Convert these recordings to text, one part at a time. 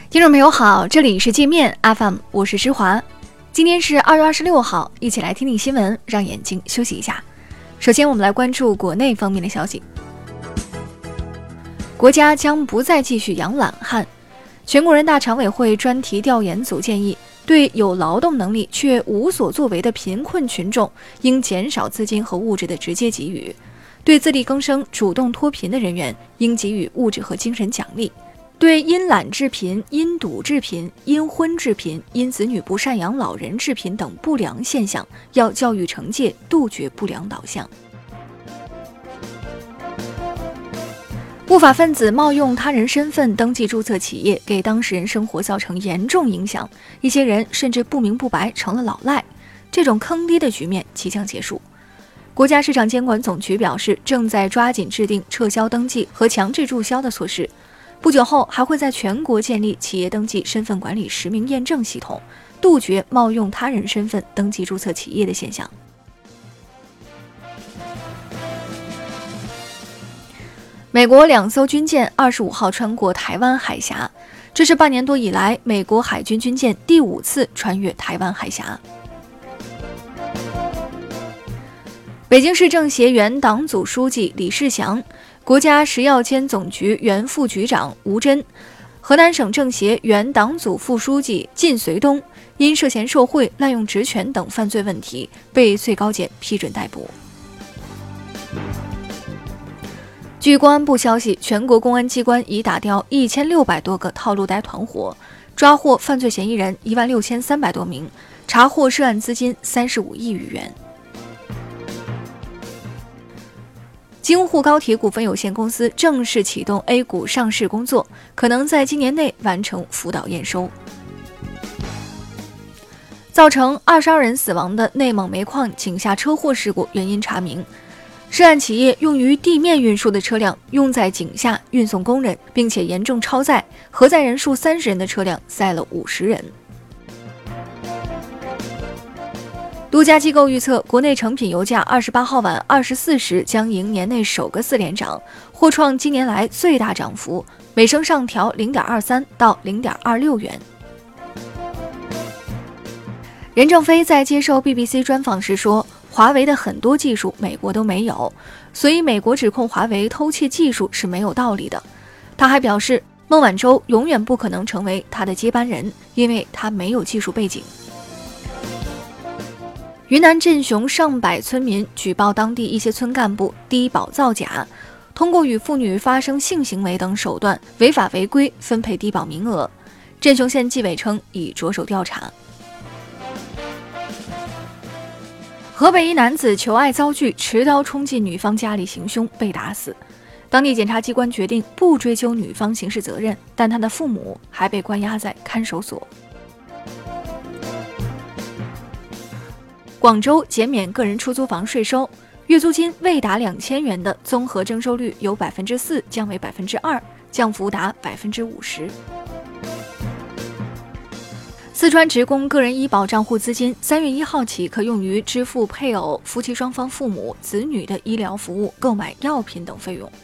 听众朋友好，这里是界面 FM， 我是施华。今天是2月26号，一起来听听新闻，让眼睛休息一下。首先我们来关注国内方面的消息。国家将不再继续养懒汉。全国人大常委会专题调研组建议，对有劳动能力却无所作为的贫困群众，应减少资金和物质的直接给予；对自力更生、主动脱贫的人员，应给予物质和精神奖励；对因懒致贫、因赌致贫、因婚致贫、因子女不赡养老人致贫等不良现象，要教育惩戒，杜绝不良导向。不法分子冒用他人身份登记注册企业，给当事人生活造成严重影响，一些人甚至不明不白成了老赖，这种坑爹的局面即将结束。国家市场监管总局表示，正在抓紧制定撤销登记和强制注销的措施，不久后还会在全国建立企业登记身份管理实名验证系统，杜绝冒用他人身份登记注册企业的现象。美国2艘军舰25号穿过台湾海峡，这是半年多以来美国海军军舰第5次穿越台湾海峡。北京市政协原党组书记李世祥、国家食药监总局原副局长吴真、河南省政协原党组副书记靳绥东因涉嫌受贿、滥用职权等犯罪问题，被最高检批准逮捕。据公安部消息，全国公安机关已打掉1600多个套路贷团伙，抓获犯罪嫌疑人16300多名，查获涉案资金35亿余元。京沪高铁股份有限公司正式启动 A 股上市工作，可能在今年内完成辅导验收。造成22人死亡的内蒙煤矿井下车祸事故原因查明，涉案企业用于地面运输的车辆用在井下运送工人，并且严重超载，核载人数30人的车辆载了50人。独家机构预测，国内成品油价28号晚24时将迎年内首个4连涨，或创今年来最大涨幅，每升上调 0.23 到 0.26 元。任正非在接受 BBC 专访时说，华为的很多技术美国都没有，所以美国指控华为偷窃技术是没有道理的。他还表示，孟晚舟永远不可能成为他的接班人，因为他没有技术背景。云南镇雄上百村民举报当地一些村干部低保造假，通过与妇女发生性行为等手段违法违规分配低保名额。镇雄县纪委称已着手调查。河北一男子求爱遭拒，持刀冲进女方家里行凶，被打死。当地检察机关决定不追究女方刑事责任，但他的父母还被关押在看守所。广州减免个人出租房税收，月租金未达2000元的综合征收率由 4% 降为 2%， 降幅达 50%。四川职工个人医保账户资金3月1号起可用于支付配偶、夫妻双方父母、子女的医疗服务、购买药品等费用。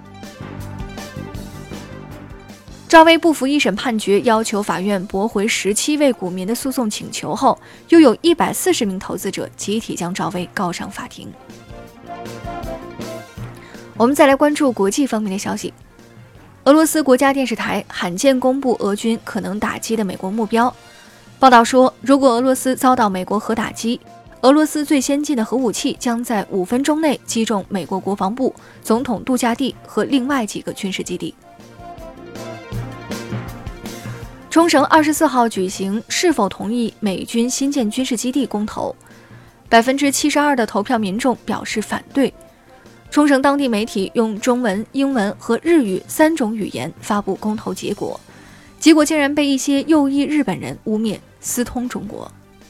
赵薇不服一审判决，要求法院驳回17位股民的诉讼请求后，又有140名投资者集体将赵薇告上法庭。我们再来关注国际方面的消息。俄罗斯国家电视台罕见公布俄军可能打击的美国目标。报道说，如果俄罗斯遭到美国核打击，俄罗斯最先进的核武器将在5分钟内击中美国国防部、总统度假地和另外几个军事基地。冲绳24号举行是否同意美军新建军事基地公投，72%的投票民众表示反对。冲绳当地媒体用中文、英文和日语3种语言发布公投结果，结果竟然被一些右翼日本人污蔑私通中国。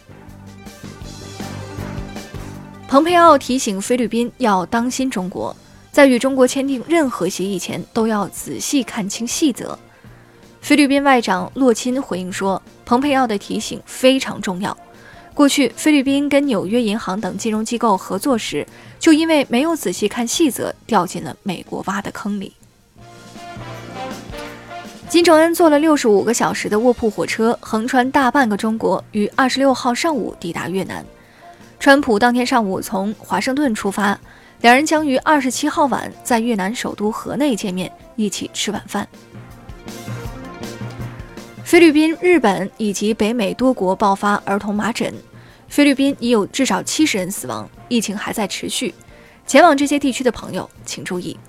蓬佩奥提醒菲律宾要当心中国，在与中国签订任何协议前都要仔细看清细则。菲律宾外长洛钦回应说，蓬佩奥的提醒非常重要。过去菲律宾跟纽约银行等金融机构合作时，就因为没有仔细看细则，掉进了美国挖的坑里。 金正恩坐了65个小时的卧铺火车，横穿大半个中国，于26号上午抵达越南。川普当天上午从华盛顿出发，两人将于27号晚在越南首都河内见面，一起吃晚饭。菲律宾、日本以及北美多国爆发儿童麻疹，菲律宾已有至少70人死亡，疫情还在持续。前往这些地区的朋友请注意。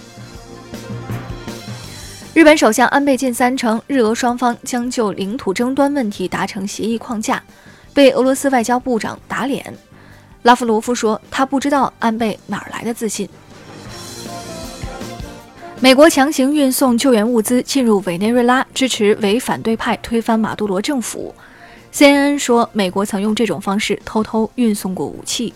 日本首相安倍晋三称，日俄双方将就领土争端问题达成协议框架，被俄罗斯外交部长打脸。拉夫罗夫说，他不知道安倍哪儿来的自信。美国强行运送救援物资进入委内瑞拉，支持为反对派推翻马杜罗政府。CNN 说，美国曾用这种方式偷偷运送过武器。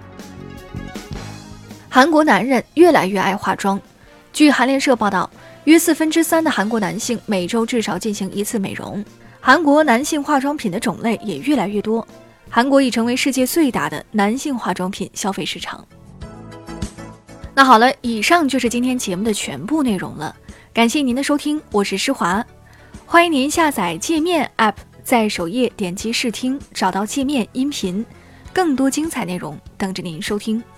韩国男人越来越爱化妆。据韩联社报道，约3%的韩国男性每周至少进行1次美容。韩国男性化妆品的种类也越来越多，韩国已成为世界最大的男性化妆品消费市场。那好了，以上就是今天节目的全部内容了，感谢您的收听，我是施华，欢迎您下载界面 App， 在首页点击试听，找到界面音频，更多精彩内容等着您收听。